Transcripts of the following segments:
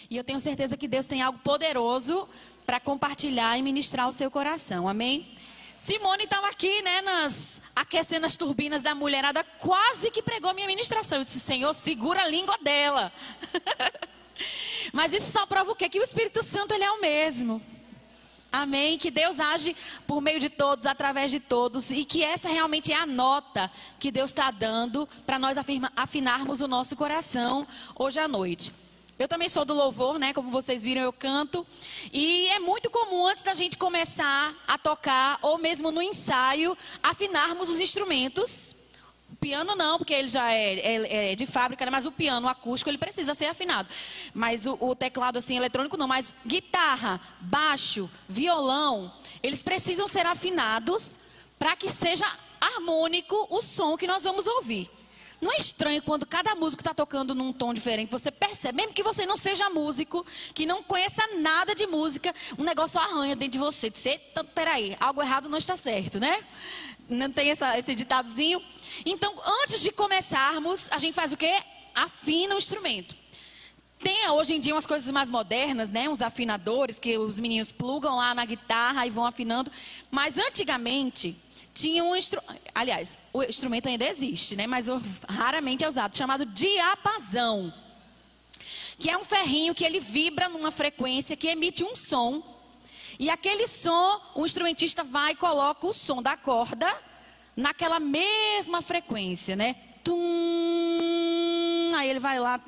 E eu tenho certeza que Deus tem algo poderoso para compartilhar e ministrar o seu coração, amém? Simone estava aqui, né, aquecendo as turbinas da mulherada, quase que pregou minha ministração. Eu disse, Senhor, segura a língua dela. Mas isso só prova o quê? Que o Espírito Santo, ele é o mesmo. Amém? Que Deus age por meio de todos, através de todos. E que essa realmente é a nota que Deus está dando para nós afinarmos o nosso coração hoje à noite. Eu também sou do louvor, né? Como vocês viram, eu canto. E é muito comum, antes da gente começar a tocar, ou mesmo no ensaio, afinarmos os instrumentos. O piano não, porque ele já é de fábrica, né? Mas o piano, o acústico, ele precisa ser afinado. Mas o teclado, assim, eletrônico não. Mas guitarra, baixo, violão, eles precisam ser afinados para que seja harmônico o som que nós vamos ouvir. Não é estranho quando cada músico está tocando num tom diferente, você percebe, mesmo que você não seja músico, que não conheça nada de música, um negócio arranha dentro de você. Diz, eita, peraí, algo errado não está certo, né? Não tem esse ditadozinho? Então, antes de começarmos, a gente faz o quê? Afina o instrumento. Tem hoje em dia umas coisas mais modernas, né? Uns afinadores que os meninos plugam lá na guitarra e vão afinando. Mas antigamente tinha um instrumento, aliás, o instrumento ainda existe, né? Mas raramente é usado, chamado diapasão. Que é um ferrinho que ele vibra numa frequência que emite um som. E aquele som, o instrumentista vai e coloca o som da corda naquela mesma frequência, né? Tum, aí ele vai lá,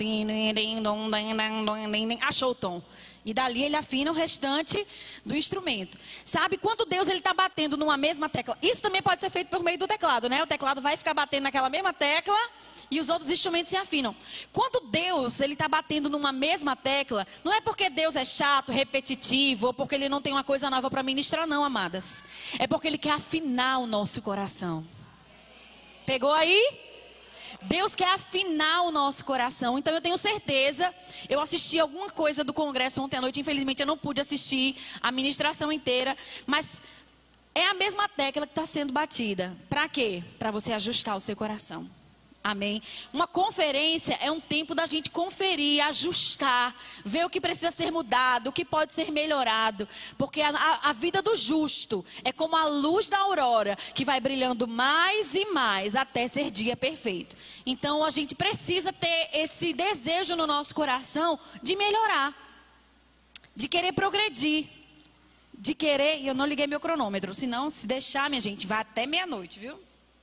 achou o tom. E dali ele afina o restante do instrumento. Sabe, quando Deus está batendo numa mesma tecla, isso também pode ser feito por meio do teclado, né? O teclado vai ficar batendo naquela mesma tecla e os outros instrumentos se afinam. Quando Deus está batendo numa mesma tecla, não é porque Deus é chato, repetitivo, ou porque Ele não tem uma coisa nova para ministrar, não, amadas. É porque Ele quer afinar o nosso coração. Pegou aí? Deus quer afinar o nosso coração. Então eu tenho certeza, eu assisti alguma coisa do congresso ontem à noite, infelizmente eu não pude assistir a ministração inteira, mas é a mesma tecla que está sendo batida. Para quê? Para você ajustar o seu coração. Amém? Uma conferência é um tempo da gente conferir, ajustar, ver o que precisa ser mudado, o que pode ser melhorado. Porque a vida do justo é como a luz da aurora, que vai brilhando mais e mais até ser dia perfeito. Então a gente precisa ter esse desejo no nosso coração de melhorar, de querer progredir, de querer... E eu não liguei meu cronômetro, senão se deixar, minha gente, vai até meia-noite, viu?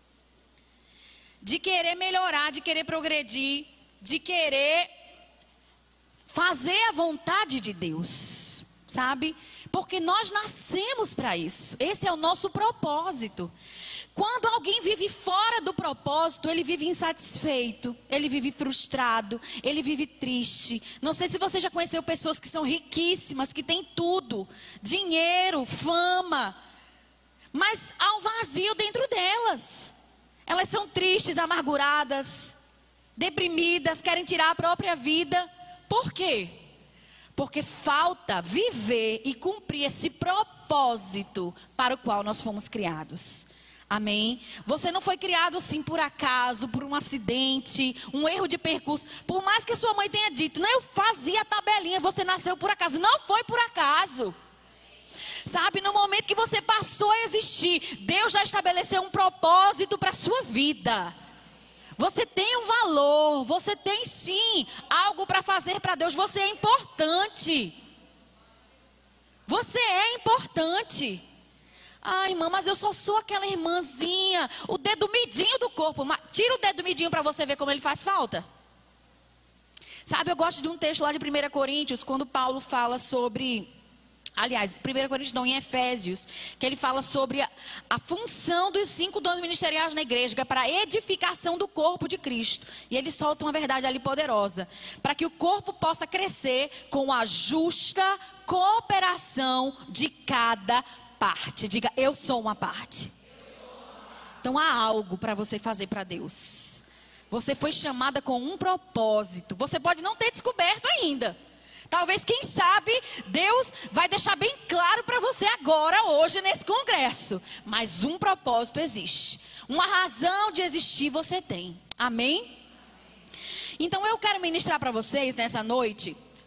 De querer melhorar, de querer progredir, de querer fazer a vontade de Deus, sabe? Porque nós nascemos para isso. Esse é o nosso propósito. Quando alguém vive fora do propósito, ele vive insatisfeito, ele vive frustrado, ele vive triste. Não sei se você já conheceu pessoas que são riquíssimas, que têm tudo, dinheiro, fama, mas há um vazio dentro delas. Elas são tristes, amarguradas, deprimidas, querem tirar a própria vida. Por quê? Porque falta viver e cumprir esse propósito para o qual nós fomos criados. Amém? Você não foi criado assim por acaso, por um acidente, um erro de percurso. Por mais que sua mãe tenha dito, não, eu fazia a tabelinha, você nasceu por acaso. Não foi por acaso. Sabe, no momento que você passou a existir, Deus já estabeleceu um propósito para a sua vida. Você tem um valor, você tem sim algo para fazer para Deus. Você é importante. Você é importante. Ai, irmã, mas eu só sou aquela irmãzinha, o dedo midinho do corpo. Tira o dedo midinho para você ver como ele faz falta. Sabe, eu gosto de um texto lá de 1 Coríntios, quando Paulo fala sobre... Aliás, 1 Coríntios não, em Efésios, que ele fala sobre a função dos 5 dons ministeriais na igreja, que é para a edificação do corpo de Cristo. E ele solta uma verdade ali poderosa, para que o corpo possa crescer com a justa cooperação de cada parte. Diga, eu sou uma parte. Então há algo para você fazer para Deus. Você foi chamada com um propósito. Você pode não ter descoberto ainda. Talvez, quem sabe, Deus vai deixar bem claro para você agora, hoje, nesse congresso. Mas um propósito existe. Uma razão de existir você tem. Amém? Então eu quero ministrar para vocês nessa noite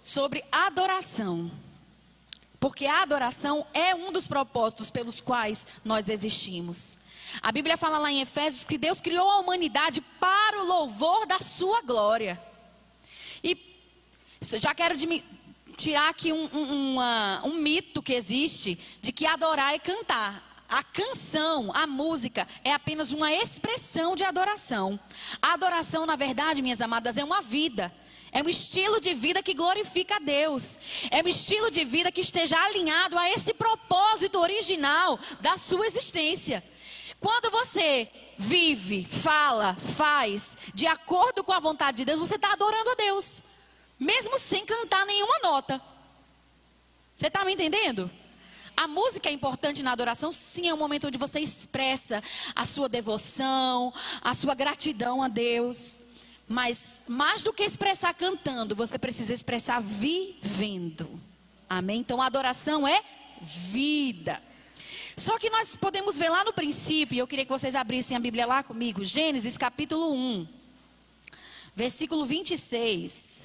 sobre adoração. Porque a adoração é um dos propósitos pelos quais nós existimos. A Bíblia fala lá em Efésios que Deus criou a humanidade para o louvor da sua glória. E já quero tirar aqui um mito que existe de que adorar é cantar. A canção, a música, é apenas uma expressão de adoração. A adoração, na verdade, minhas amadas, é uma vida. É um estilo de vida que glorifica a Deus. É um estilo de vida que esteja alinhado a esse propósito original da sua existência. Quando você vive, fala, faz de acordo com a vontade de Deus, você está adorando a Deus. Mesmo sem cantar nenhuma nota. Você está me entendendo? A música é importante na adoração, sim, é um momento onde você expressa a sua devoção, a sua gratidão a Deus. Mas mais do que expressar cantando, você precisa expressar vivendo. Amém? Então a adoração é vida. Só que nós podemos ver lá no princípio, e eu queria que vocês abrissem a Bíblia lá comigo, Gênesis capítulo 1, versículo 26.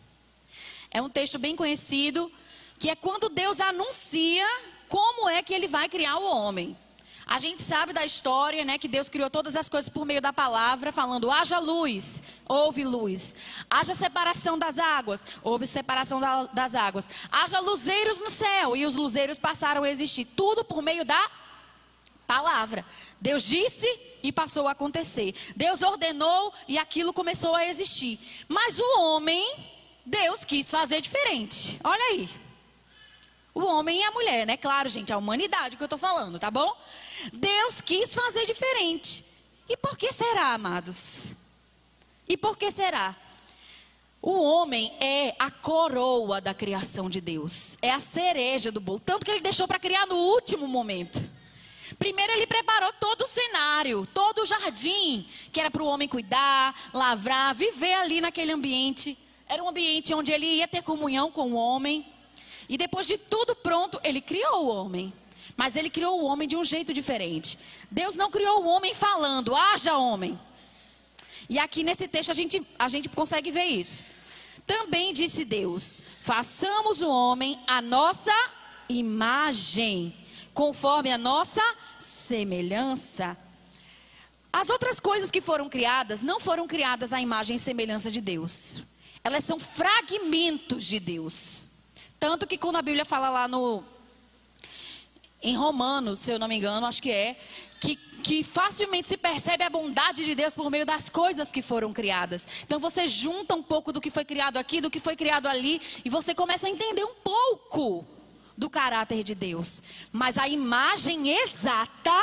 É um texto bem conhecido, que é quando Deus anuncia como é que ele vai criar o homem. A gente sabe da história, né, que Deus criou todas as coisas por meio da palavra, falando, haja luz, houve luz. Haja separação das águas, houve separação das águas. Haja luzeiros no céu, e os luzeiros passaram a existir. Tudo por meio da palavra. Deus disse e passou a acontecer. Deus ordenou e aquilo começou a existir. Mas o homem, Deus quis fazer diferente. Olha aí. O homem e a mulher, né? Claro, gente, a humanidade que eu estou falando, tá bom? Deus quis fazer diferente. E por que será, amados? E por que será? O homem é a coroa da criação de Deus. É a cereja do bolo. Tanto que ele deixou para criar no último momento. Primeiro ele preparou todo o cenário, todo o jardim, que era para o homem cuidar, lavrar, viver ali naquele ambiente. Era um ambiente onde ele ia ter comunhão com o homem. E depois de tudo pronto, ele criou o homem. Mas ele criou o homem de um jeito diferente. Deus não criou o homem falando, haja homem. E aqui nesse texto a gente consegue ver isso. Também disse Deus, façamos o homem a nossa imagem, conforme a nossa semelhança. As outras coisas que foram criadas, não foram criadas à imagem e semelhança de Deus. Elas são fragmentos de Deus. Tanto que quando a Bíblia fala lá em Romanos, se eu não me engano, acho que é, que facilmente se percebe a bondade de Deus por meio das coisas que foram criadas. Então você junta um pouco do que foi criado aqui, do que foi criado ali, e você começa a entender um pouco do caráter de Deus. Mas a imagem exata,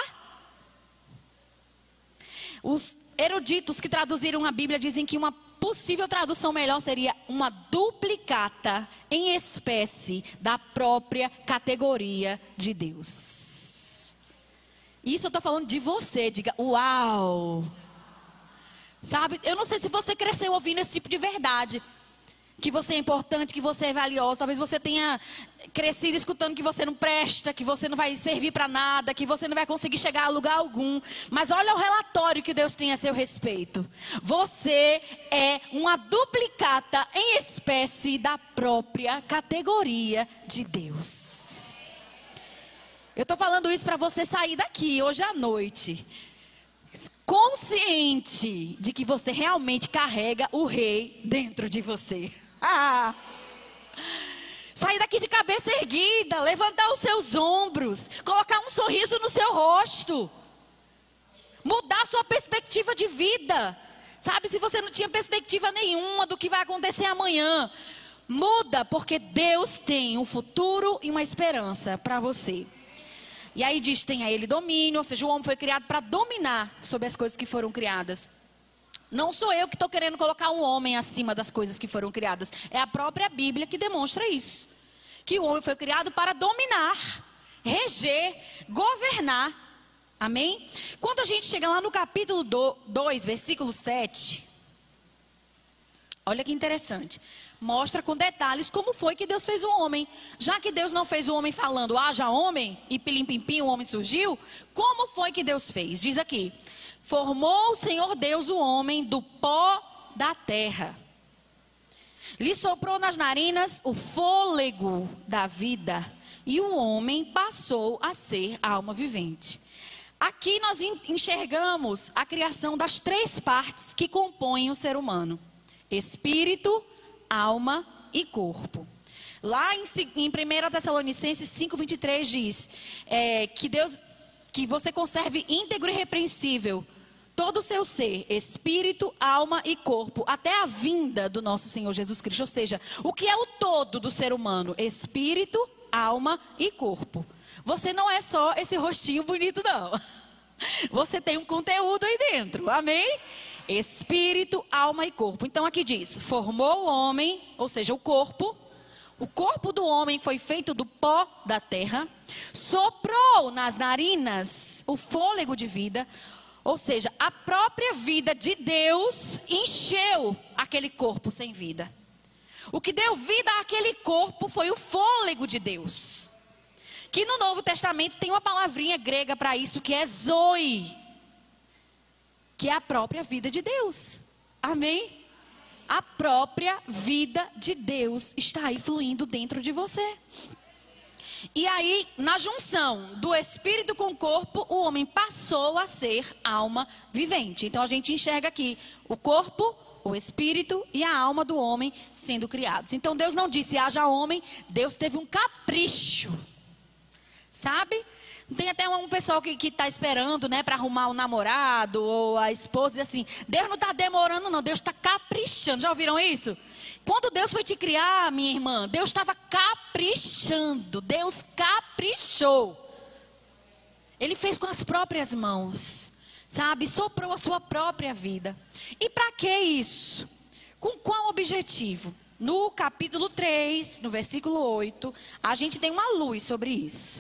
os eruditos que traduziram a Bíblia dizem que uma possível tradução melhor seria uma duplicata em espécie da própria categoria de Deus. Isso eu estou falando de você, diga uau. Sabe, eu não sei se você cresceu ouvindo esse tipo de verdade. Que você é importante, que você é valioso. Talvez você tenha crescido escutando que você não presta, que você não vai servir para nada, que você não vai conseguir chegar a lugar algum. Mas olha o relatório que Deus tem a seu respeito. Você é uma duplicata em espécie da própria categoria de Deus. Eu estou falando isso para você sair daqui hoje à noite, consciente de que você realmente carrega o rei dentro de você. Sair daqui de cabeça erguida, levantar os seus ombros, colocar um sorriso no seu rosto, mudar a sua perspectiva de vida. Sabe, se você não tinha perspectiva nenhuma do que vai acontecer amanhã, muda, porque Deus tem um futuro e uma esperança para você. E aí diz, tem a ele domínio, ou seja, o homem foi criado para dominar sobre as coisas que foram criadas. Não sou eu que estou querendo colocar o homem acima das coisas que foram criadas. É a própria Bíblia que demonstra isso. Que o homem foi criado para dominar, reger, governar. Amém? Quando a gente chega lá no capítulo 2, versículo 7. Olha que interessante. Mostra com detalhes como foi que Deus fez o homem. Já que Deus não fez o homem falando, haja homem, e pilim-pim-pim, o homem surgiu. Como foi que Deus fez? Diz aqui, formou o Senhor Deus o homem do pó da terra. Lhe soprou nas narinas o fôlego da vida, e o homem passou a ser alma vivente. Aqui nós enxergamos a criação das 3 partes que compõem o ser humano: espírito, alma e corpo. Lá em 1 Tessalonicenses 5:23 diz que você conserve íntegro e irrepreensível todo o seu ser, espírito, alma e corpo, até a vinda do nosso Senhor Jesus Cristo. Ou seja, o que é o todo do ser humano? Espírito, alma e corpo. Você não é só esse rostinho bonito, não. Você tem um conteúdo aí dentro, amém? Espírito, alma e corpo. Então aqui diz, formou o homem, ou seja, o corpo do homem foi feito do pó da terra, soprou nas narinas o fôlego de vida, ou seja, a própria vida de Deus encheu aquele corpo sem vida. O que deu vida àquele corpo foi o fôlego de Deus. Que no Novo Testamento tem uma palavrinha grega para isso, que é zoe, que é a própria vida de Deus. Amém? A própria vida de Deus está aí fluindo dentro de você. E aí, na junção do espírito com o corpo, o homem passou a ser alma vivente. Então a gente enxerga aqui o corpo, o espírito e a alma do homem sendo criados. Então Deus não disse haja homem, Deus teve um capricho. Sabe? Tem até um pessoal que está esperando, né, para arrumar o namorado ou a esposa, e assim, Deus não está demorando não, Deus está caprichando. Já ouviram isso? Quando Deus foi te criar, minha irmã, Deus estava caprichando, Deus caprichou. Ele fez com as próprias mãos, sabe? Soprou a sua própria vida. E para que isso? Com qual objetivo? No capítulo 3, no versículo 8, a gente tem uma luz sobre isso.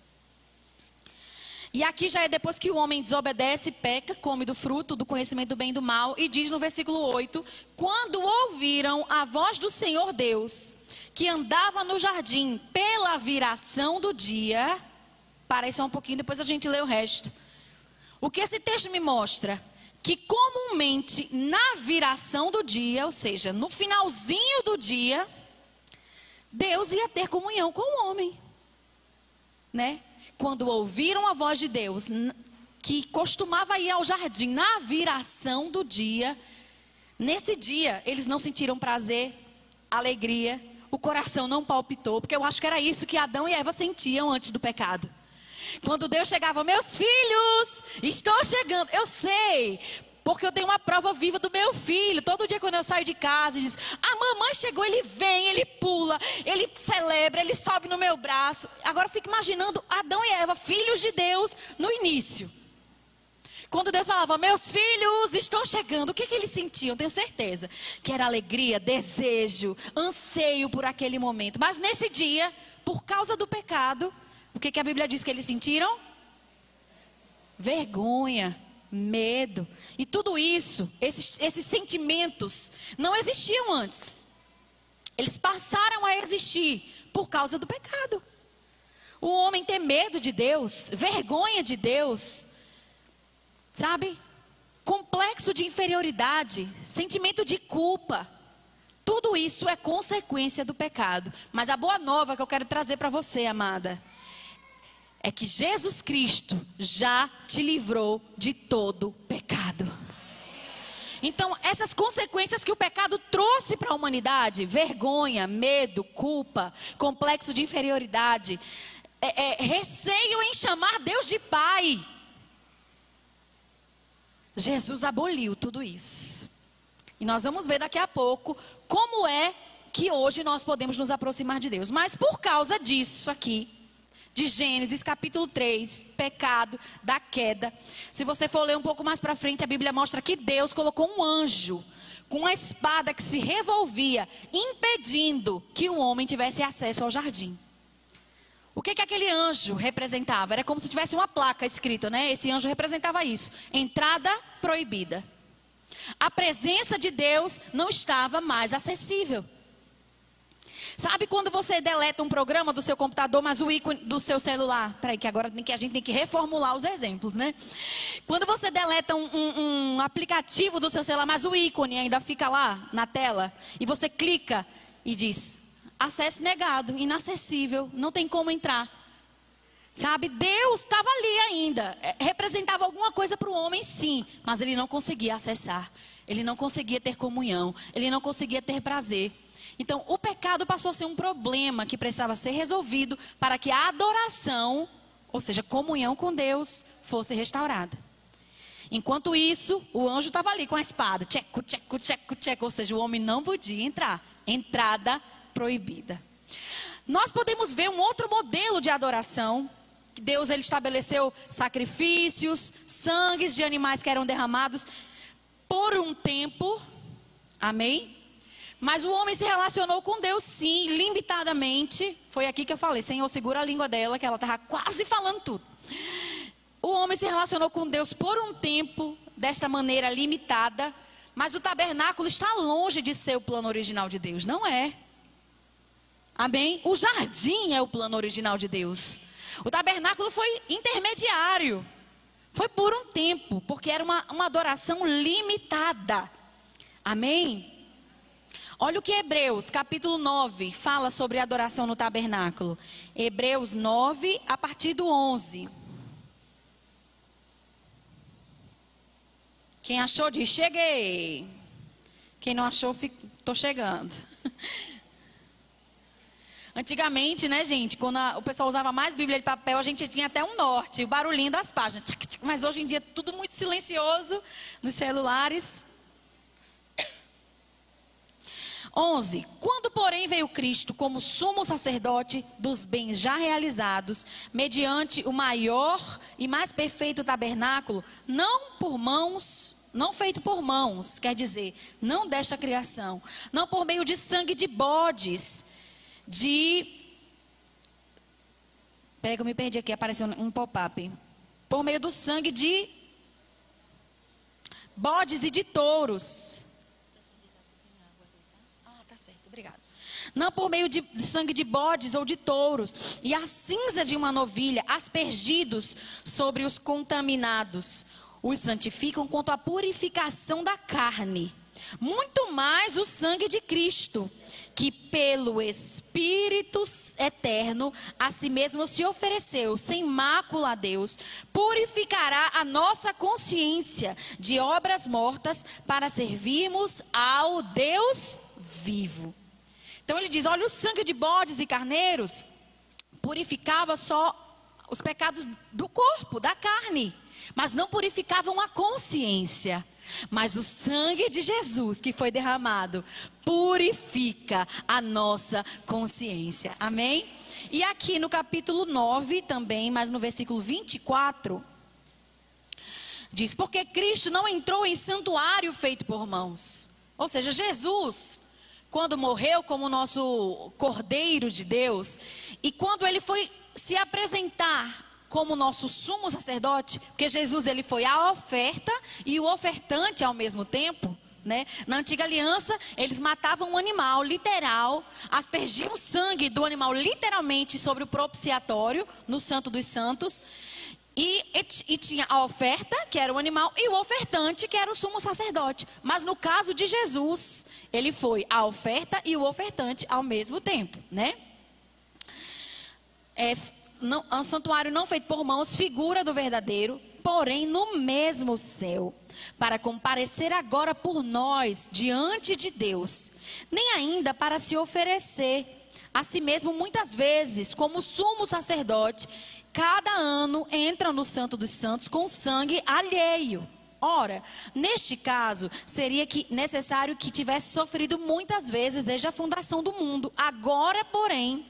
E aqui já é depois que o homem desobedece, peca, come do fruto do conhecimento do bem e do mal. E diz no versículo 8, quando ouviram a voz do Senhor Deus, que andava no jardim pela viração do dia. Para aí só um pouquinho, depois a gente lê o resto. O que esse texto me mostra? Que comumente na viração do dia, ou seja, no finalzinho do dia, Deus ia ter comunhão com o homem, né? Quando ouviram a voz de Deus, que costumava ir ao jardim na viração do dia, nesse dia eles não sentiram prazer, alegria, o coração não palpitou, porque eu acho que era isso que Adão e Eva sentiam antes do pecado. Quando Deus chegava, meus filhos, estou chegando, eu sei, porque eu tenho uma prova viva do meu filho. Todo dia quando eu saio de casa, ele diz, a mamãe chegou, ele vem, ele pula, ele celebra, ele sobe no meu braço. Agora eu fico imaginando Adão e Eva, filhos de Deus, no início. Quando Deus falava, meus filhos estão chegando, o que eles sentiam? Tenho certeza que era alegria, desejo, anseio por aquele momento. Mas nesse dia, por causa do pecado, o que a Bíblia diz que eles sentiram? Vergonha, medo. E tudo isso, esses sentimentos, não existiam antes. Eles passaram a existir por causa do pecado. O homem ter medo de Deus, vergonha de Deus, sabe? Complexo de inferioridade, sentimento de culpa. Tudo isso é consequência do pecado. Mas a boa nova que eu quero trazer para você, amada, é que Jesus Cristo já te livrou de todo pecado. Então, essas consequências que o pecado trouxe para a humanidade, vergonha, medo, culpa, complexo de inferioridade, receio em chamar Deus de Pai, Jesus aboliu tudo isso. E nós vamos ver daqui a pouco como é que hoje nós podemos nos aproximar de Deus. Mas por causa disso aqui, de Gênesis capítulo 3, pecado, da queda. Se você for ler um pouco mais para frente, a Bíblia mostra que Deus colocou um anjo com uma espada que se revolvia, impedindo que o homem tivesse acesso ao jardim. O que aquele anjo representava? Era como se tivesse uma placa escrita, né? Esse anjo representava isso. Entrada proibida. A presença de Deus não estava mais acessível. Sabe quando você deleta um programa do seu computador, mas o ícone do seu celular? Peraí, que agora a gente tem que reformular os exemplos, né? Quando você deleta um aplicativo do seu celular, mas o ícone ainda fica lá na tela, e você clica e diz, acesso negado, inacessível, não tem como entrar. Sabe, Deus estava ali ainda, representava alguma coisa para o homem, sim, mas ele não conseguia acessar, ele não conseguia ter comunhão, ele não conseguia ter prazer. Então, o pecado passou a ser um problema que precisava ser resolvido para que a adoração, ou seja, comunhão com Deus, fosse restaurada. Enquanto isso, o anjo estava ali com a espada, tcheco, tcheco, tcheco, tcheco, ou seja, o homem não podia entrar, entrada proibida. Nós podemos ver um outro modelo de adoração. Deus ele estabeleceu sacrifícios, sangues de animais que eram derramados por um tempo, amém? Mas o homem se relacionou com Deus sim, limitadamente. Foi aqui que eu falei, Senhor, segura a língua dela, que ela estava quase falando tudo. O homem se relacionou com Deus por um tempo, desta maneira limitada, mas o tabernáculo está longe de ser o plano original de Deus, não é? Amém? O jardim é o plano original de Deus. O tabernáculo foi intermediário. Foi por um tempo, porque era uma adoração limitada. Amém? Olha o que Hebreus, capítulo 9, fala sobre a adoração no tabernáculo. Hebreus 9, a partir do 11. Quem achou, diz, cheguei. Quem não achou, estou chegando. Antigamente, né, gente, quando o pessoal usava mais Bíblia de papel, a gente tinha até um norte, o barulhinho das páginas. Mas hoje em dia é tudo muito silencioso nos celulares. 11. Quando, porém, veio Cristo como sumo sacerdote dos bens já realizados, mediante o maior e mais perfeito tabernáculo, não por mãos, não feito por mãos, quer dizer, não desta criação, não por meio de sangue de bodes, peraí que eu me perdi aqui, apareceu um pop-up. Por meio do sangue de bodes e de touros. Ah, tá certo, obrigado. Não por meio de sangue de bodes ou de touros, e a cinza de uma novilha, aspergidos sobre os contaminados, os santificam quanto à purificação da carne. Muito mais o sangue de Cristo, que pelo Espírito eterno a si mesmo se ofereceu sem mácula a Deus, purificará a nossa consciência de obras mortas para servirmos ao Deus vivo. Então ele diz, olha, o sangue de bodes e carneiros purificava só os pecados do corpo, da carne, mas não purificavam a consciência. Mas o sangue de Jesus que foi derramado purifica a nossa consciência. Amém? E aqui no capítulo 9 também, mas no versículo 24, diz, porque Cristo não entrou em santuário feito por mãos. Ou seja, Jesus, quando morreu como nosso Cordeiro de Deus, e quando ele foi se apresentar como nosso sumo sacerdote, porque Jesus ele foi a oferta e o ofertante ao mesmo tempo, né? Na antiga aliança, eles matavam um animal literal, aspergiam o sangue do animal literalmente sobre o propiciatório, no Santo dos Santos, e tinha a oferta, que era o animal, e o ofertante, que era o sumo sacerdote. Mas no caso de Jesus, ele foi a oferta e o ofertante ao mesmo tempo, né? Um santuário não feito por mãos, figura do verdadeiro, porém no mesmo céu, para comparecer agora por nós diante de Deus, nem ainda para se oferecer a si mesmo muitas vezes, como sumo sacerdote, cada ano entra no Santo dos Santos com sangue alheio. Ora, neste caso, seria necessário que tivesse sofrido muitas vezes desde a fundação do mundo. Agora, porém,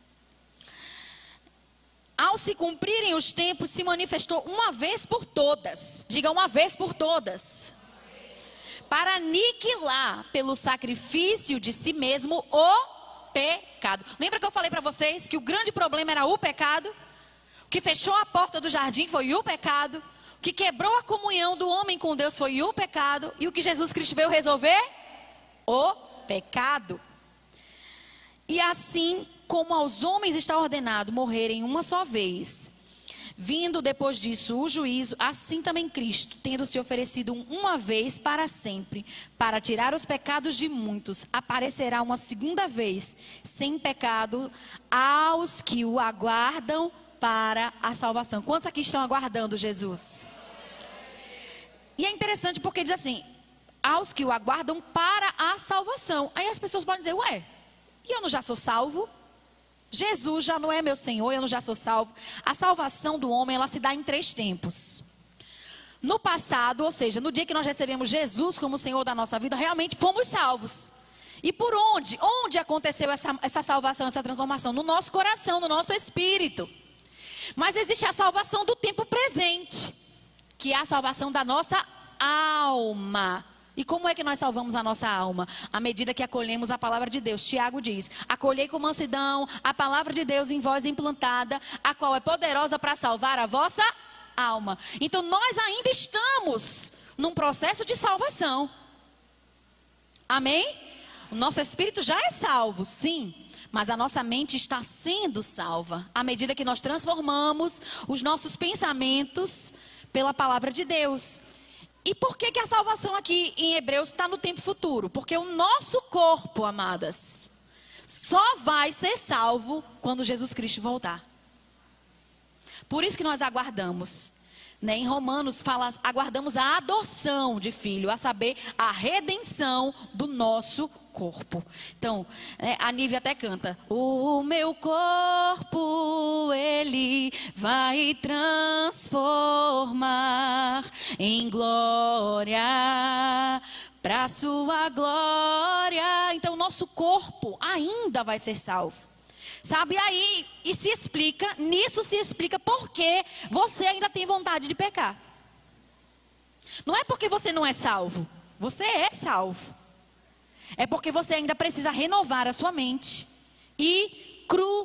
ao se cumprirem os tempos, se manifestou uma vez por todas. Diga, uma vez por todas. Para aniquilar pelo sacrifício de si mesmo o pecado. Lembra que eu falei para vocês que o grande problema era o pecado? O que fechou a porta do jardim foi o pecado. O que quebrou a comunhão do homem com Deus foi o pecado. E o que Jesus Cristo veio resolver? O pecado. E assim como aos homens está ordenado morrerem uma só vez, vindo depois disso o juízo, assim também Cristo, tendo se oferecido uma vez para sempre, para tirar os pecados de muitos, aparecerá uma segunda vez, sem pecado, aos que o aguardam para a salvação. Quantos aqui estão aguardando Jesus? E é interessante porque diz assim, aos que o aguardam para a salvação. Aí as pessoas podem dizer, ué, e eu não já sou salvo? Jesus já não é meu Senhor, eu não já sou salvo. A salvação do homem, ela se dá em 3 tempos. No passado, ou seja, no dia que nós recebemos Jesus como Senhor da nossa vida, realmente fomos salvos. E por onde? Onde aconteceu essa salvação, essa transformação? No nosso coração, no nosso espírito. Mas existe a salvação do tempo presente, que é a salvação da nossa alma. E como é que nós salvamos a nossa alma? À medida que acolhemos a palavra de Deus. Tiago diz, acolhei com mansidão a palavra de Deus em vós implantada, a qual é poderosa para salvar a vossa alma. Então nós ainda estamos num processo de salvação. Amém? O nosso espírito já é salvo, sim. Mas a nossa mente está sendo salva. À medida que nós transformamos os nossos pensamentos pela palavra de Deus. E por que a salvação aqui em Hebreus está no tempo futuro? Porque o nosso corpo, amadas, só vai ser salvo quando Jesus Cristo voltar. Por isso que nós aguardamos. Em Romanos fala, aguardamos a adoção de filho, a saber, a redenção do nosso corpo. Então, a Nívia até canta, o meu corpo ele vai transformar em glória, para sua glória. Então, o nosso corpo ainda vai ser salvo. Sabe, aí, e se explica, nisso se explica por que você ainda tem vontade de pecar. Não é porque você não é salvo, você é salvo. É porque você ainda precisa renovar a sua mente e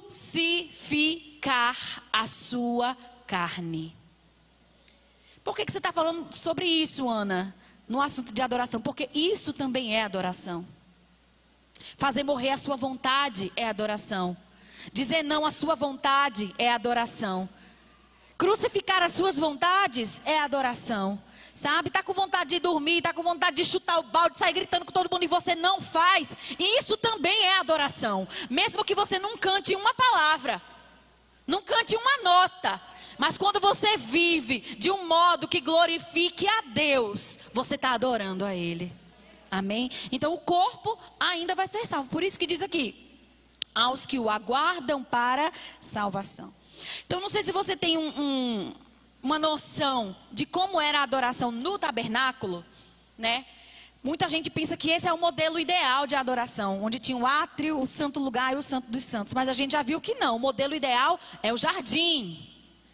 crucificar a sua carne. Por que você está falando sobre isso, Ana, no assunto de adoração? Porque isso também é adoração. Fazer morrer a sua vontade é adoração. Dizer não à sua vontade é adoração. Crucificar as suas vontades é adoração. Sabe, está com vontade de dormir, está com vontade de chutar o balde, sair gritando com todo mundo e você não faz. E isso também é adoração. Mesmo que você não cante uma palavra, não cante uma nota. Mas quando você vive de um modo que glorifique a Deus, você está adorando a Ele. Amém? Então o corpo ainda vai ser salvo. Por isso que diz aqui, aos que o aguardam para salvação. Então não sei se você tem uma noção de como era a adoração no tabernáculo, né? Muita gente pensa que esse é o modelo ideal de adoração, onde tinha o átrio, o santo lugar e o santo dos santos. Mas a gente já viu que não, o modelo ideal é o jardim,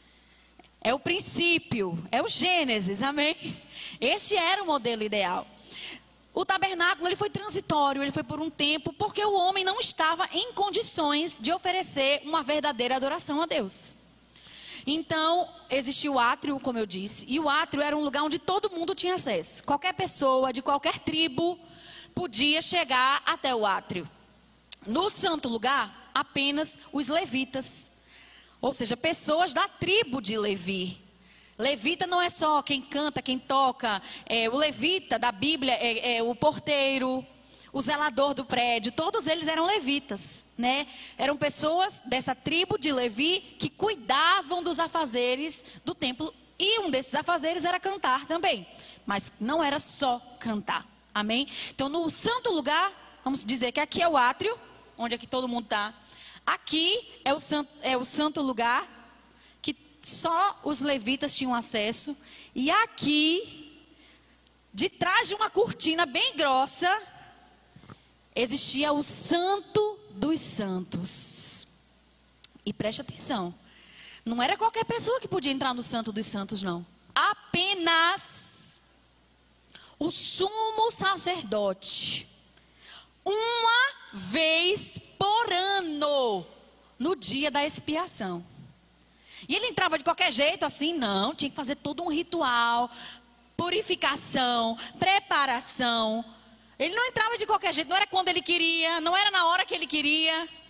é o princípio, é o Gênesis, amém? Esse era o modelo ideal. O tabernáculo ele foi transitório, ele foi por um tempo, porque o homem não estava em condições de oferecer uma verdadeira adoração a Deus. Então, existia o átrio, como eu disse, e o átrio era um lugar onde todo mundo tinha acesso. Qualquer pessoa, de qualquer tribo, podia chegar até o átrio. No santo lugar, apenas os levitas, ou seja, pessoas da tribo de Levi. Levita não é só quem canta, quem toca. O levita da Bíblia é o porteiro, o zelador do prédio. Todos eles eram levitas, né? Eram pessoas dessa tribo de Levi que cuidavam dos afazeres do templo. E um desses afazeres era cantar também. Mas não era só cantar, amém? Então no santo lugar, vamos dizer que aqui é o átrio, onde aqui todo mundo está. Aqui é o santo lugar, só os levitas tinham acesso. E aqui, de trás de uma cortina bem grossa, existia o Santo dos Santos. E preste atenção, não era qualquer pessoa que podia entrar no Santo dos Santos, não. Apenas o sumo sacerdote, uma vez por ano, no dia da expiação. E ele entrava de qualquer jeito assim? Não, tinha que fazer todo um ritual, purificação, preparação. Ele não entrava de qualquer jeito, não era quando ele queria, não era na hora que ele queria.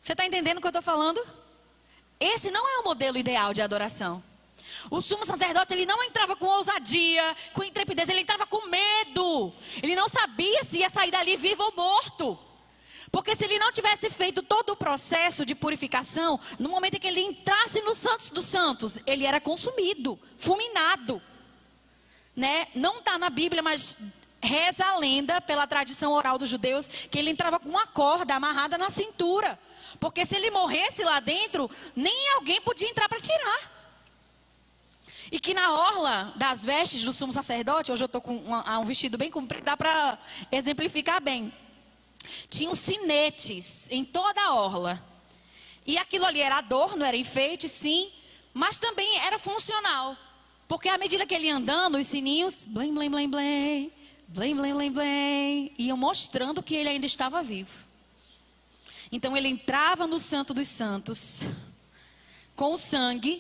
Você está entendendo o que eu estou falando? Esse não é o modelo ideal de adoração. O sumo sacerdote, ele não entrava com ousadia, com intrepidez, ele entrava com medo. Ele não sabia se ia sair dali vivo ou morto. Porque se ele não tivesse feito todo o processo de purificação, no momento em que ele entrasse no Santos dos Santos, ele era consumido, fulminado. Né? Não está na Bíblia, mas reza a lenda, pela tradição oral dos judeus, que ele entrava com uma corda amarrada na cintura. Porque se ele morresse lá dentro, nem alguém podia entrar para tirar. E que na orla das vestes do sumo sacerdote, hoje eu estou com um vestido bem comprido, dá para exemplificar bem. Tinham sinetes em toda a orla. E aquilo ali era adorno, era enfeite, sim, mas também era funcional. Porque à medida que ele ia andando, os sininhos, blém, blém, blém, blém, blém, blém, blém, blém, iam mostrando que ele ainda estava vivo. Então ele entrava no Santo dos Santos com o sangue,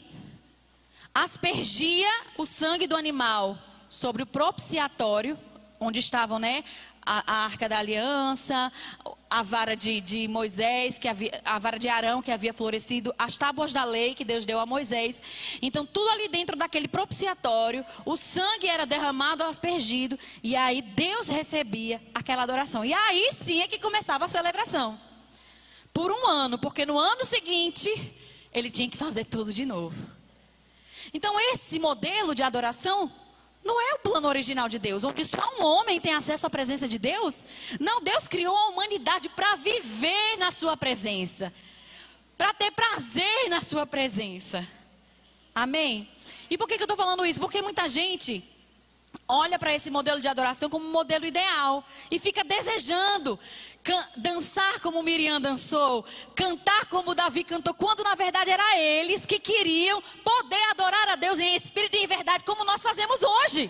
aspergia o sangue do animal sobre o propiciatório, onde estavam, né, a arca da aliança, a vara de Moisés, a vara de Arão que havia florescido, as tábuas da lei que Deus deu a Moisés. Então tudo ali dentro daquele propiciatório, o sangue era derramado, aspergido, e aí Deus recebia aquela adoração. E aí sim é que começava a celebração. Por um ano, porque no ano seguinte ele tinha que fazer tudo de novo. Então esse modelo de adoração não é o plano original de Deus, onde só um homem tem acesso à presença de Deus. Não, Deus criou a humanidade para viver na sua presença, para ter prazer na sua presença. Amém? E por que eu estou falando isso? Porque muita gente olha para esse modelo de adoração como um modelo ideal e fica desejando dançar como Miriam dançou, cantar como Davi cantou, quando na verdade era eles que queriam poder adorar a Deus em espírito e em verdade, como nós fazemos hoje.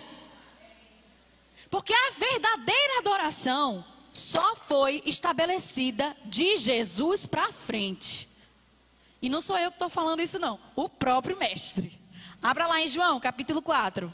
Porque a verdadeira adoração só foi estabelecida de Jesus para frente. E não sou eu que estou falando isso não, o próprio mestre. Abra lá em João, capítulo 4.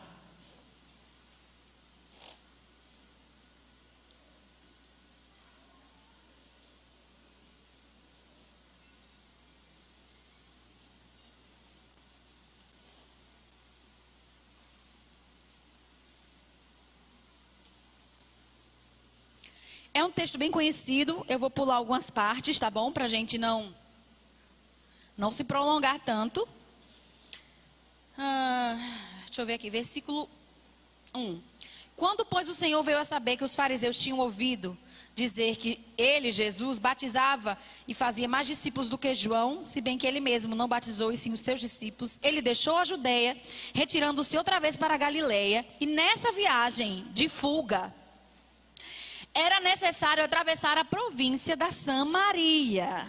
É um texto bem conhecido, eu vou pular algumas partes, tá bom? Para a gente não se prolongar tanto. Deixa eu ver aqui, versículo 1. Quando, pois, o Senhor veio a saber que os fariseus tinham ouvido dizer que ele, Jesus, batizava e fazia mais discípulos do que João, se bem que ele mesmo não batizou e sim os seus discípulos, ele deixou a Judeia, retirando-se outra vez para a Galileia, e nessa viagem de fuga, era necessário atravessar a província da Samaria.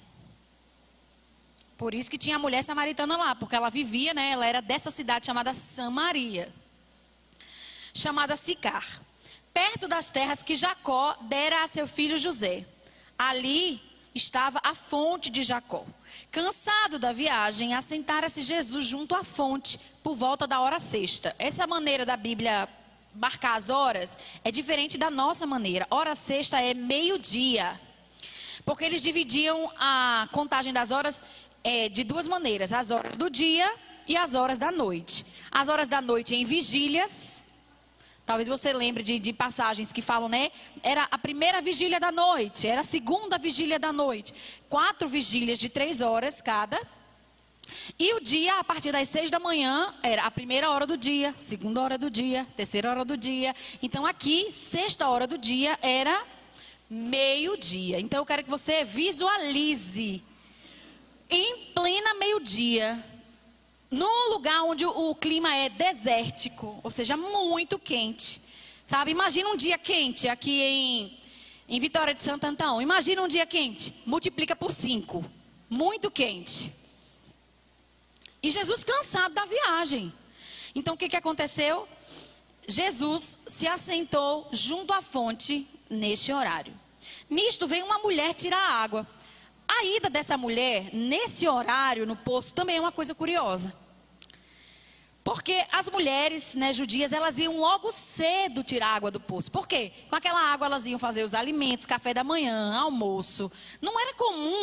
Por isso que tinha a mulher samaritana lá, porque ela vivia, né? Ela era dessa cidade chamada Samaria, chamada Sicar, perto das terras que Jacó dera a seu filho José. Ali estava a fonte de Jacó. Cansado da viagem, assentara-se Jesus junto à fonte por volta da hora sexta. Essa maneira da Bíblia marcar as horas é diferente da nossa maneira. Hora sexta é meio-dia, porque eles dividiam a contagem das horas de duas maneiras: as horas do dia e as horas da noite. As horas da noite em vigílias, talvez você lembre de passagens que falam, né? Era a primeira vigília da noite, era a segunda vigília da noite, 4 vigílias de 3 horas cada. E o dia, a partir das 6 da manhã, era a primeira hora do dia, segunda hora do dia, terceira hora do dia. Então aqui, sexta hora do dia era meio-dia. Então eu quero que você visualize em plena meio-dia, num lugar onde o clima é desértico, ou seja, muito quente. Sabe, imagina um dia quente aqui em Vitória de Santo Antão. Imagina um dia quente, multiplica por 5, muito quente. E Jesus cansado da viagem. Então o que aconteceu? Jesus se assentou junto à fonte neste horário. Nisto veio uma mulher tirar água. A ida dessa mulher nesse horário no poço também é uma coisa curiosa. Porque as mulheres, né, judias, elas iam logo cedo tirar água do poço. Por quê? Com aquela água elas iam fazer os alimentos, café da manhã, almoço. Não era comum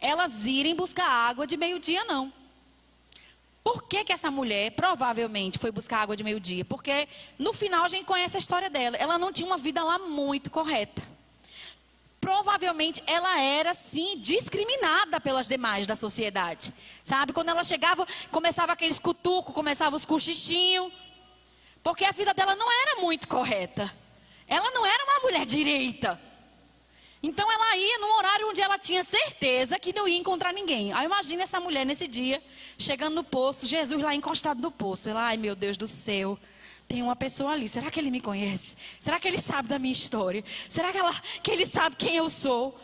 elas irem buscar água de meio-dia, não. Por que essa mulher provavelmente foi buscar água de meio-dia? Porque no final a gente conhece a história dela. Ela não tinha uma vida lá muito correta. Provavelmente ela era, sim, discriminada pelas demais da sociedade. Sabe? Quando ela chegava, começava aqueles cutucos, começava os cochichinhos. Porque a vida dela não era muito correta. Ela não era uma mulher direita. Então ela ia num horário onde ela tinha certeza que não ia encontrar ninguém. Aí imagina essa mulher nesse dia, chegando no poço, Jesus lá encostado no poço. Ela, ai meu Deus do céu, tem uma pessoa ali, será que ele me conhece? Será que ele sabe da minha história? Será que ele sabe quem eu sou?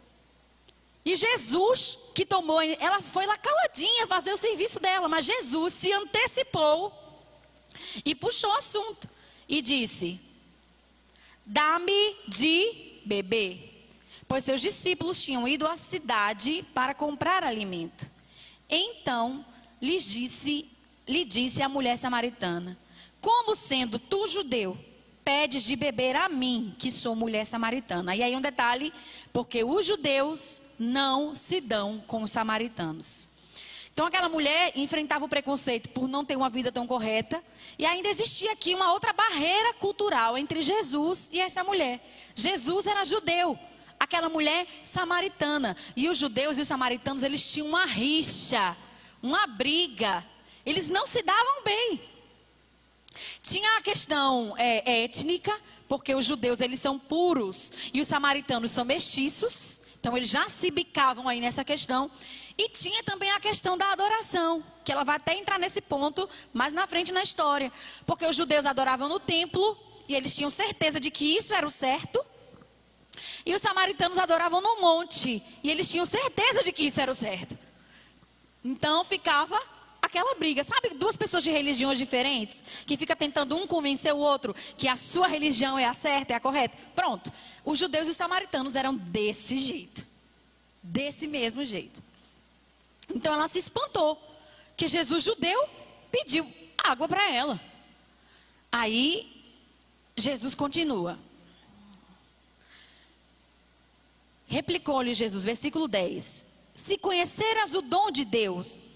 E Jesus que tomou, ela foi lá caladinha fazer o serviço dela, mas Jesus se antecipou e puxou o assunto e disse, dá-me de beber. Pois seus discípulos tinham ido à cidade para comprar alimento. Então lhe disse a mulher samaritana, como sendo tu judeu, pedes de beber a mim, que sou mulher samaritana. E aí um detalhe, porque os judeus não se dão com os samaritanos. Então aquela mulher enfrentava o preconceito por não ter uma vida tão correta. E ainda existia aqui uma outra barreira cultural entre Jesus e essa mulher. Jesus era judeu. Aquela mulher samaritana. E os judeus e os samaritanos, eles tinham uma rixa, uma briga. Eles não se davam bem. Tinha a questão étnica, porque os judeus eles são puros e os samaritanos são mestiços. Então eles já se bicavam aí nessa questão. E tinha também a questão da adoração, que ela vai até entrar nesse ponto mais na frente na história. Porque os judeus adoravam no templo e eles tinham certeza de que isso era o certo. E os samaritanos adoravam no monte. E eles tinham certeza de que isso era o certo. Então ficava aquela briga. Sabe, duas pessoas de religiões diferentes, que fica tentando um convencer o outro que a sua religião é a certa, é a correta. Pronto. Os judeus e os samaritanos eram desse jeito. Desse mesmo jeito. Então ela se espantou. Que Jesus judeu pediu água para ela. Aí Jesus continua. Replicou-lhe Jesus, versículo 10. Se conheceras o dom de Deus,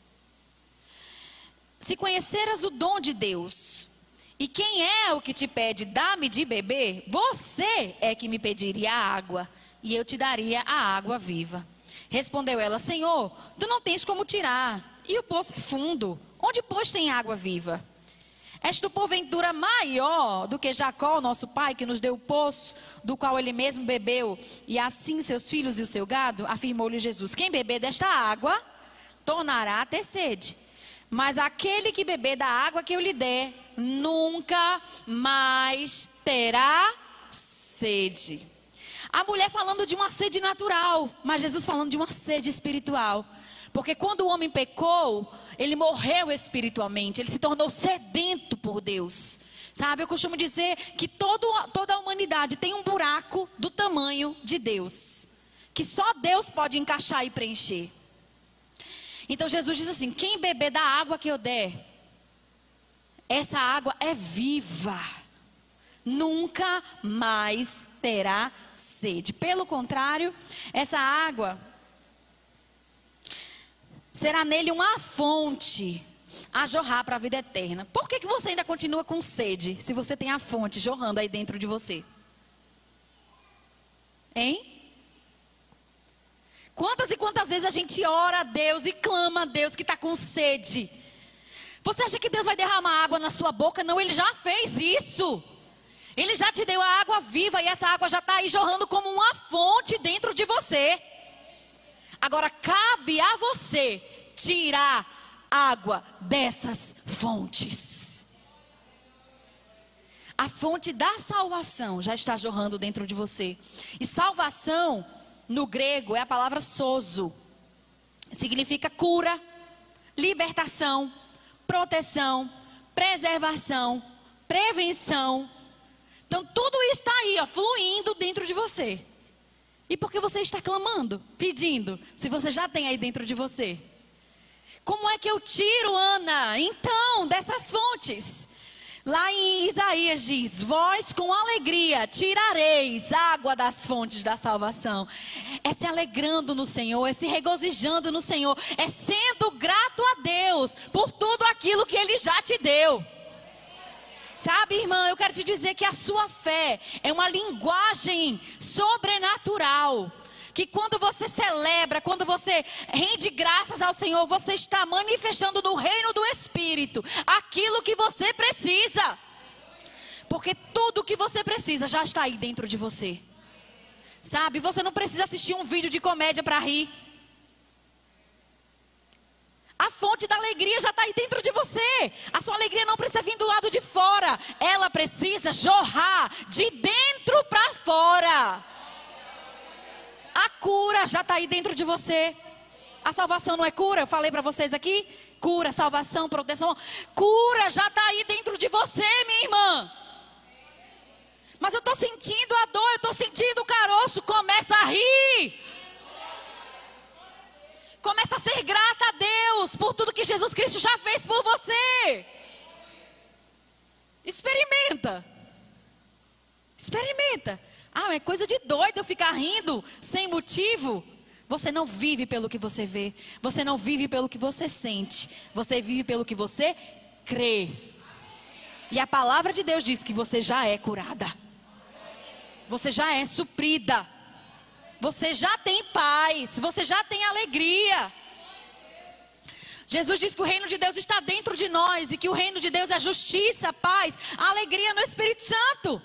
e quem é o que te pede, dá-me de beber, você é que me pediria a água, e eu te daria a água viva. Respondeu ela, Senhor, tu não tens como tirar, e o poço é fundo, onde pois tem água viva? És tu porventura maior do que Jacó, nosso pai, que nos deu o poço, do qual ele mesmo bebeu, e assim seus filhos e o seu gado? Afirmou-lhe Jesus, quem beber desta água, tornará a ter sede. Mas aquele que beber da água que eu lhe der, nunca mais terá sede. A mulher falando de uma sede natural, mas Jesus falando de uma sede espiritual. Porque quando o homem pecou, ele morreu espiritualmente, ele se tornou sedento por Deus. Sabe, eu costumo dizer que toda a humanidade tem um buraco do tamanho de Deus, que só Deus pode encaixar e preencher. Então Jesus diz assim, quem beber da água que eu der, essa água é viva, nunca mais terá sede. Pelo contrário, essa água será nele uma fonte a jorrar para a vida eterna. Por que você ainda continua com sede, se você tem a fonte jorrando aí dentro de você? Hein? Quantas e quantas vezes a gente ora a Deus e clama a Deus que está com sede? Você acha que Deus vai derramar água na sua boca? Não, Ele já fez isso. Ele já te deu a água viva e essa água já está aí jorrando como uma fonte dentro de você. Agora cabe a você tirar água dessas fontes. A fonte da salvação já está jorrando dentro de você. E salvação, no grego, é a palavra sozo. Significa cura, libertação, proteção, preservação, prevenção. Então tudo isso está aí, ó, fluindo dentro de você. E por que você está clamando, pedindo, se você já tem aí dentro de você? Como é que eu tiro, Ana? Então, dessas fontes. Lá em Isaías diz: vós com alegria tirareis água das fontes da salvação. É se alegrando no Senhor, é se regozijando no Senhor, é sendo grato a Deus por tudo aquilo que Ele já te deu. Sabe, irmã, eu quero te dizer que a sua fé é uma linguagem sobrenatural. Que quando você celebra, quando você rende graças ao Senhor, você está manifestando no reino do Espírito aquilo que você precisa. Porque tudo que você precisa já está aí dentro de você. Sabe, você não precisa assistir um vídeo de comédia para rir. A fonte da alegria já está aí dentro de você. A sua alegria não precisa vir do lado de fora. Ela precisa jorrar de dentro para fora. A cura já está aí dentro de você. A salvação não é cura? Eu falei para vocês aqui. Cura, salvação, proteção. Cura já está aí dentro de você, minha irmã. Mas eu estou sentindo a dor, eu estou sentindo o caroço. Começa a rir. Começa a ser grata a Deus por tudo que Jesus Cristo já fez por você. Experimenta. Experimenta. Ah, é coisa de doido eu ficar rindo sem motivo. Você não vive pelo que você vê. Você não vive pelo que você sente. Você vive pelo que você crê. E a palavra de Deus diz que você já é curada. Você já é suprida. Você já tem paz. Você já tem alegria. Jesus diz que o reino de Deus está dentro de nós. E que o reino de Deus é justiça, paz, alegria no Espírito Santo.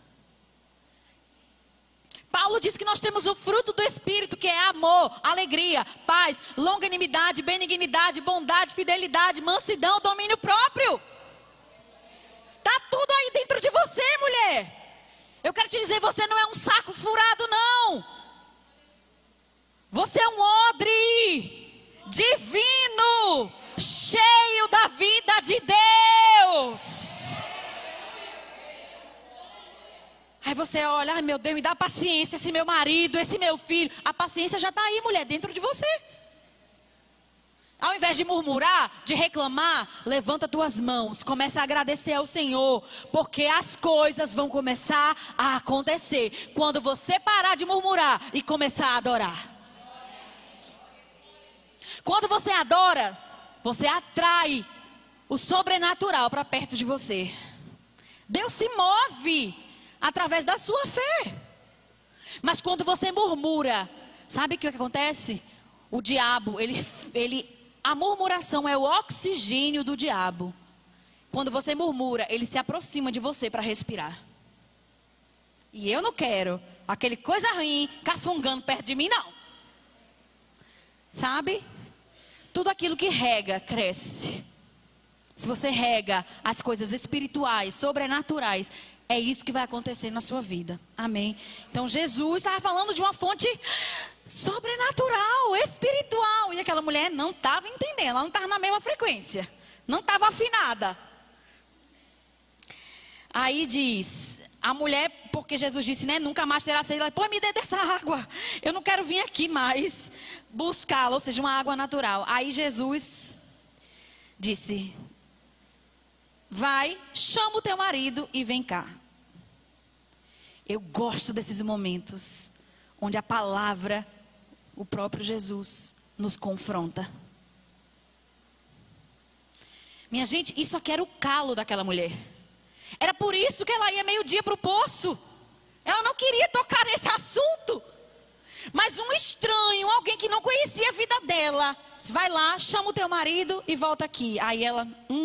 Paulo diz que nós temos o fruto do Espírito, que é amor, alegria, paz, longanimidade, benignidade, bondade, fidelidade, mansidão, domínio próprio. Está tudo aí dentro de você, mulher. Eu quero te dizer, você não é um saco furado, não. Você é um odre divino, cheio da vida de Deus. Aí você olha, ai meu Deus, me dá paciência, esse meu marido, esse meu filho. A paciência já está aí, mulher, dentro de você. Ao invés de murmurar, de reclamar, levanta tuas mãos, começa a agradecer ao Senhor, porque as coisas vão começar a acontecer quando você parar de murmurar e começar a adorar. Quando você adora, você atrai o sobrenatural para perto de você. Deus se move através da sua fé. Mas quando você murmura, sabe o que acontece? O diabo, a murmuração é o oxigênio do diabo. Quando você murmura, ele se aproxima de você para respirar. E eu não quero aquele coisa ruim cafungando perto de mim, não. Sabe? Tudo aquilo que rega, cresce. Se você rega as coisas espirituais, sobrenaturais, é isso que vai acontecer na sua vida. Amém. Então Jesus estava falando de uma fonte sobrenatural, espiritual. E aquela mulher não estava entendendo. Ela não estava na mesma frequência. Não estava afinada. Aí diz, a mulher, porque Jesus disse, né? Nunca mais terá sede. Ela, pô, me dê dessa água. Eu não quero vir aqui mais buscá-la. Ou seja, uma água natural. Aí Jesus disse, vai, chama o teu marido e vem cá. Eu gosto desses momentos onde a palavra, o próprio Jesus, nos confronta. Minha gente, isso aqui era o calo daquela mulher. Era por isso que ela ia meio-dia para o poço. Ela não queria tocar nesse assunto. Mas um estranho, alguém que não conhecia a vida dela, vai lá, chama o teu marido e volta aqui. Aí ela,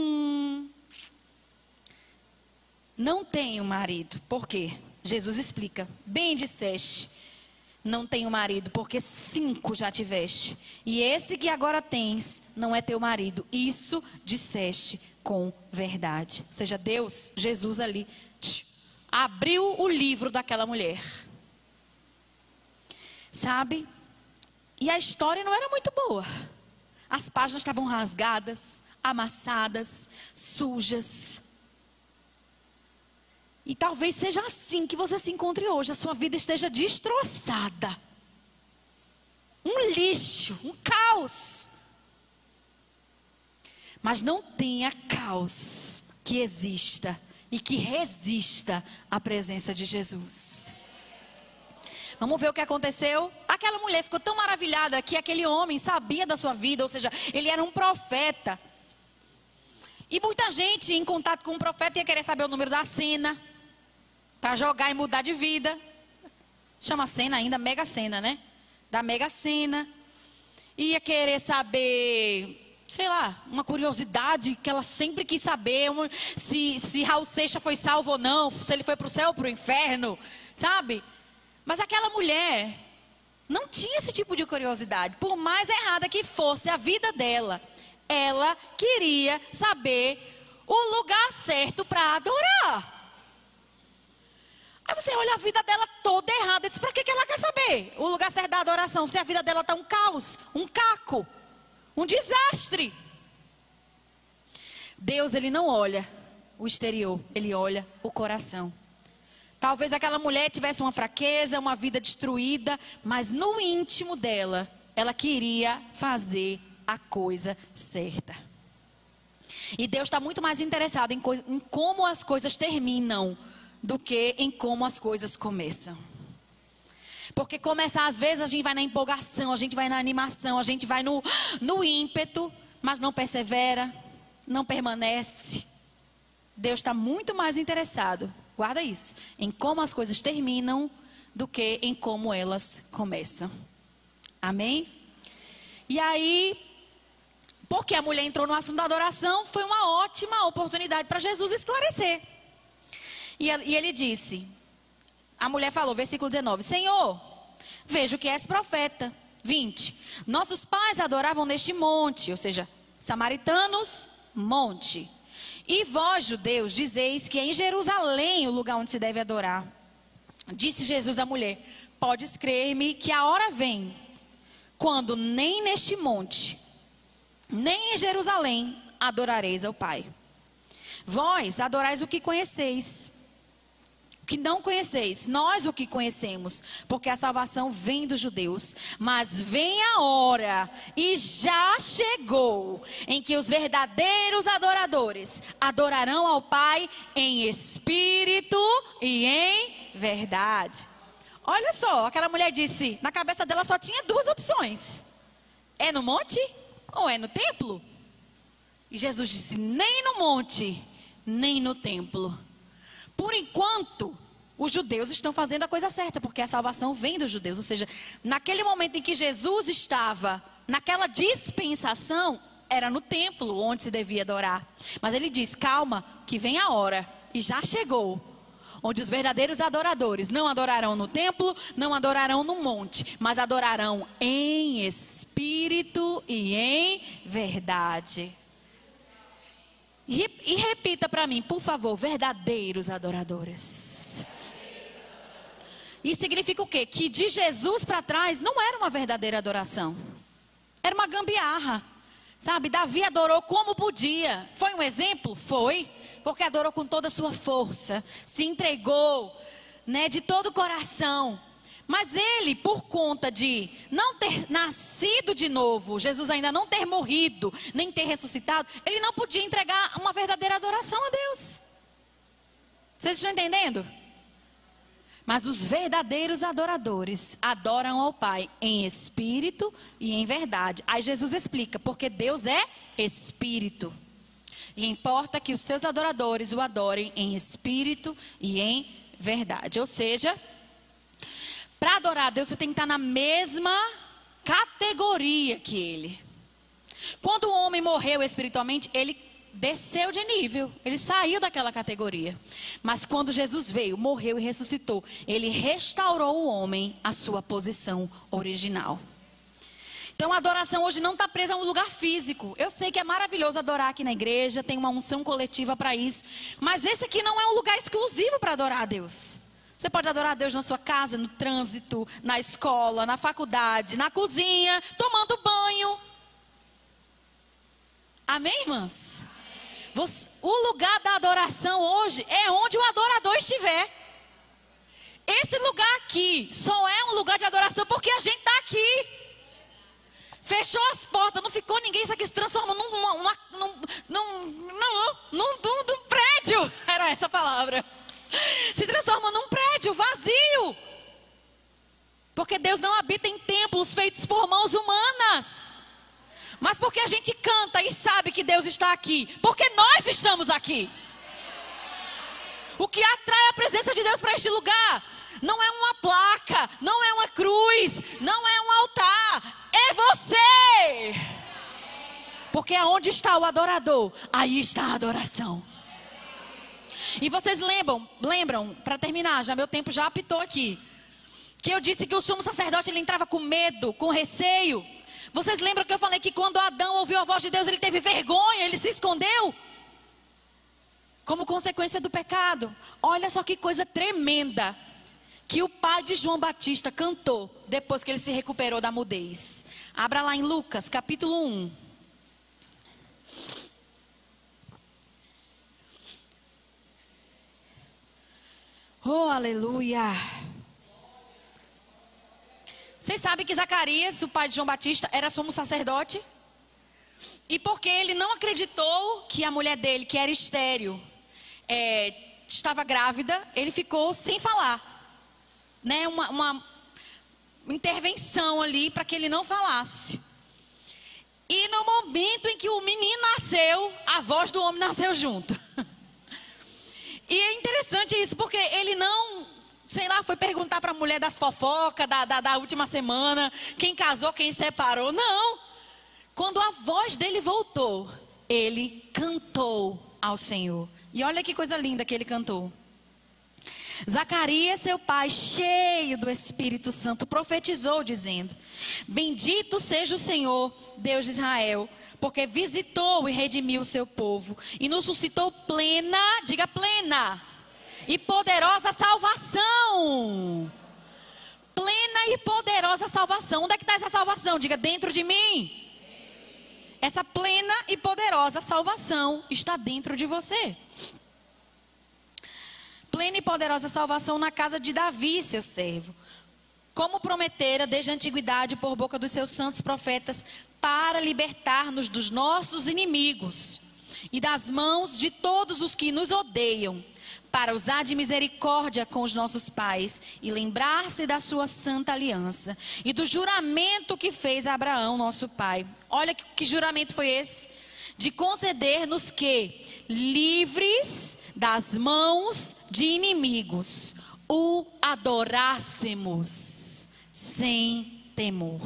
não tenho marido. Por quê? Jesus explica. Bem disseste, não tenho marido, porque 5 já tiveste. E esse que agora tens não é teu marido. Isso disseste com verdade. Ou seja, Deus, Jesus ali, abriu o livro daquela mulher. Sabe? E a história não era muito boa. As páginas estavam rasgadas, amassadas, sujas. E talvez seja assim que você se encontre hoje. A sua vida esteja destroçada. Um lixo, um caos. Mas não tenha caos que exista e que resista à presença de Jesus. Vamos ver o que aconteceu. Aquela mulher ficou tão maravilhada que aquele homem sabia da sua vida, ou seja, ele era um profeta. E muita gente em contato com um profeta ia querer saber o número da cena, para jogar e mudar de vida. Chama cena ainda, Mega Sena, né? Da Mega Sena. Ia querer saber, sei lá, uma curiosidade que ela sempre quis saber, se Raul Seixas foi salvo ou não, se ele foi para o céu ou para o inferno, sabe? Mas aquela mulher não tinha esse tipo de curiosidade. Por mais errada que fosse a vida dela, ela queria saber o lugar certo para adorar. Aí você olha a vida dela toda errada. Para que ela quer saber o lugar certo da adoração? Se a vida dela está um caos, um caco, um desastre. Deus, ele não olha o exterior, ele olha o coração. Talvez aquela mulher tivesse uma fraqueza, uma vida destruída, mas no íntimo dela, ela queria fazer a coisa certa. E Deus está muito mais interessado em como as coisas terminam do que em como as coisas começam. Porque começar, às vezes, a gente vai na empolgação, a gente vai na animação, a gente vai no ímpeto, mas não persevera, não permanece. Deus está muito mais interessado, guarda isso, em como as coisas terminam do que em como elas começam. Amém? E aí, porque a mulher entrou no assunto da adoração, foi uma ótima oportunidade para Jesus esclarecer. E ele disse, a mulher falou, versículo 19, Senhor, vejo que és profeta. 20, nossos pais adoravam neste monte, ou seja, samaritanos, monte. E vós, judeus, dizeis que é em Jerusalém o lugar onde se deve adorar. Disse Jesus à mulher, podes crer-me que a hora vem, quando nem neste monte, nem em Jerusalém adorareis ao Pai. Vós adorais o que conheceis, o que não conheceis, nós o que conhecemos, porque a salvação vem dos judeus. Mas vem a hora, e já chegou, em que os verdadeiros adoradores adorarão ao Pai em espírito e em verdade. Olha só, aquela mulher disse, na cabeça dela só tinha duas opções. É no monte ou é no templo? E Jesus disse, nem no monte, nem no templo. Por enquanto, os judeus estão fazendo a coisa certa, porque a salvação vem dos judeus. Ou seja, naquele momento em que Jesus estava, naquela dispensação, era no templo onde se devia adorar. Mas ele diz, calma, que vem a hora, e já chegou, onde os verdadeiros adoradores não adorarão no templo, não adorarão no monte, mas adorarão em espírito e em verdade. E repita para mim, por favor, verdadeiros adoradores. Isso significa o quê? Que de Jesus para trás não era uma verdadeira adoração. Era uma gambiarra. Sabe, Davi adorou como podia. Foi um exemplo? Foi. Porque adorou com toda a sua força. Se entregou, né, de todo o coração. Mas ele, por conta de não ter nascido de novo, Jesus ainda não ter morrido, nem ter ressuscitado, ele não podia entregar uma verdadeira adoração a Deus. Vocês estão entendendo? Mas os verdadeiros adoradores adoram ao Pai em espírito e em verdade. Aí Jesus explica, porque Deus é espírito. E importa que os seus adoradores o adorem em espírito e em verdade. Ou seja, para adorar a Deus, você tem que estar na mesma categoria que Ele. Quando o homem morreu espiritualmente, ele desceu de nível. Ele saiu daquela categoria. Mas quando Jesus veio, morreu e ressuscitou, Ele restaurou o homem à sua posição original. Então a adoração hoje não está presa a um lugar físico. Eu sei que é maravilhoso adorar aqui na igreja, tem uma unção coletiva para isso. Mas esse aqui não é um lugar exclusivo para adorar a Deus. Você pode adorar a Deus na sua casa, no trânsito, na escola, na faculdade, na cozinha, tomando banho. Amém, irmãs? O lugar da adoração hoje é onde o adorador estiver. Esse lugar aqui só é um lugar de adoração porque a gente está aqui. Fechou as portas, não ficou ninguém, isso aqui se transformou num prédio. prédio. Era essa a palavra. Se transforma num prédio vazio. Porque Deus não habita em templos feitos por mãos humanas. Mas porque a gente canta e sabe que Deus está aqui. Porque nós estamos aqui. O que atrai a presença de Deus para este lugar não é uma placa, não é uma cruz, não é um altar. É você. Porque aonde está o adorador, aí está a adoração. E vocês lembram, para terminar, já meu tempo já apitou aqui, que eu disse que o sumo sacerdote ele entrava com medo, com receio. Vocês lembram que eu falei que quando Adão ouviu a voz de Deus, ele teve vergonha, ele se escondeu? Como consequência do pecado. Olha só que coisa tremenda que o pai de João Batista cantou depois que ele se recuperou da mudez. Abra lá em Lucas, capítulo 1. Oh, aleluia. Vocês sabem que Zacarias, o pai de João Batista, era sumo sacerdote? E porque ele não acreditou que a mulher dele, que era estéril, estava grávida, ele ficou sem falar. Né? Uma intervenção ali para que ele não falasse. E no momento em que o menino nasceu, a voz do homem nasceu junto. E é interessante isso, porque ele não, sei lá, foi perguntar para a mulher das fofocas da última semana, quem casou, quem separou. Não. Quando a voz dele voltou, ele cantou ao Senhor. E olha que coisa linda que ele cantou. Zacarias, seu pai, cheio do Espírito Santo, profetizou dizendo: bendito seja o Senhor, Deus de Israel, porque visitou e redimiu o seu povo e nos suscitou plena, diga plena, e poderosa salvação. Plena e poderosa salvação. Onde é que está essa salvação? Diga, dentro de mim. Essa plena e poderosa salvação está dentro de você. Plena e poderosa salvação na casa de Davi, seu servo, como prometera desde a antiguidade por boca dos seus santos profetas, para libertar-nos dos nossos inimigos e das mãos de todos os que nos odeiam, para usar de misericórdia com os nossos pais e lembrar-se da sua santa aliança e do juramento que fez a Abraão, nosso pai. Olha que juramento foi esse? De conceder-nos que, livres das mãos de inimigos, o adorássemos sem temor.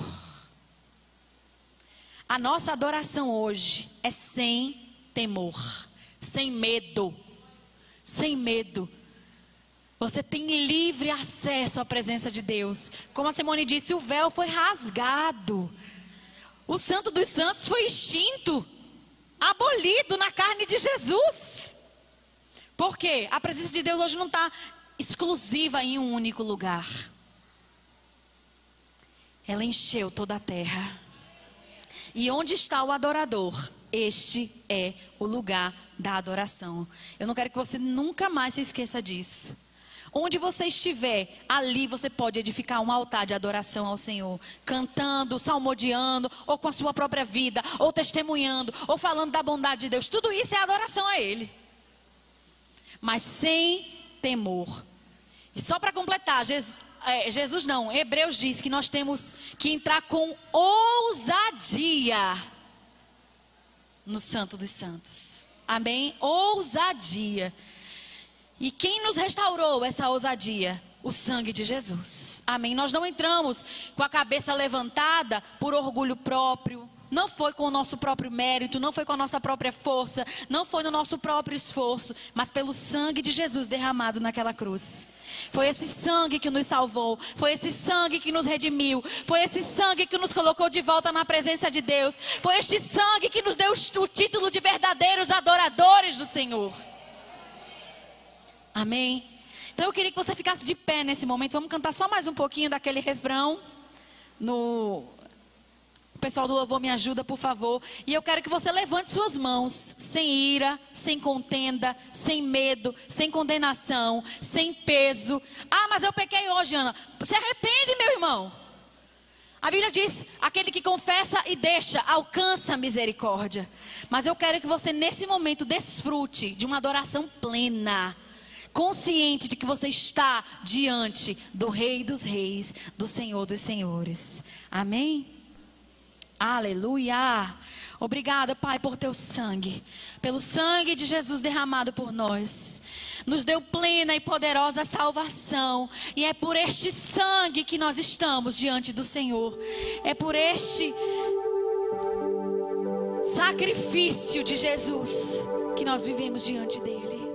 A nossa adoração hoje é sem temor, sem medo. Sem medo. Você tem livre acesso à presença de Deus. Como a Simone disse, o véu foi rasgado. O Santo dos Santos foi extinto, abolido na carne de Jesus. Por quê? A presença de Deus hoje não está exclusiva em um único lugar. Ela encheu toda a terra. E onde está o adorador? Este é o lugar da adoração. Eu não quero que você nunca mais se esqueça disso. Onde você estiver, ali você pode edificar um altar de adoração ao Senhor. Cantando, salmodiando, ou com a sua própria vida, ou testemunhando, ou falando da bondade de Deus. Tudo isso é adoração a Ele. Mas sem temor. E só para completar, Hebreus diz que nós temos que entrar com ousadia no Santo dos Santos. Amém? Ousadia. E quem nos restaurou essa ousadia? O sangue de Jesus. Amém? Nós não entramos com a cabeça levantada por orgulho próprio. Não foi com o nosso próprio mérito, não foi com a nossa própria força, não foi no nosso próprio esforço, mas pelo sangue de Jesus derramado naquela cruz. Foi esse sangue que nos salvou, foi esse sangue que nos redimiu, foi esse sangue que nos colocou de volta na presença de Deus, foi este sangue que nos deu o título de verdadeiros adoradores do Senhor. Amém? Então eu queria que você ficasse de pé nesse momento. Vamos cantar só mais um pouquinho daquele refrão. O pessoal do louvor me ajuda, por favor. E eu quero que você levante suas mãos, sem ira, sem contenda, sem medo, sem condenação, sem peso. Ah, mas eu pequei hoje, Ana. Se arrepende, meu irmão. A Bíblia diz, aquele que confessa e deixa, alcança a misericórdia. Mas eu quero que você nesse momento desfrute de uma adoração plena. Consciente de que você está diante do Rei dos Reis, do Senhor dos Senhores. Amém? Aleluia! Obrigada, Pai, por teu sangue. Pelo sangue de Jesus derramado por nós. Nos deu plena e poderosa salvação. E é por este sangue que nós estamos diante do Senhor. É por este sacrifício de Jesus que nós vivemos diante dele.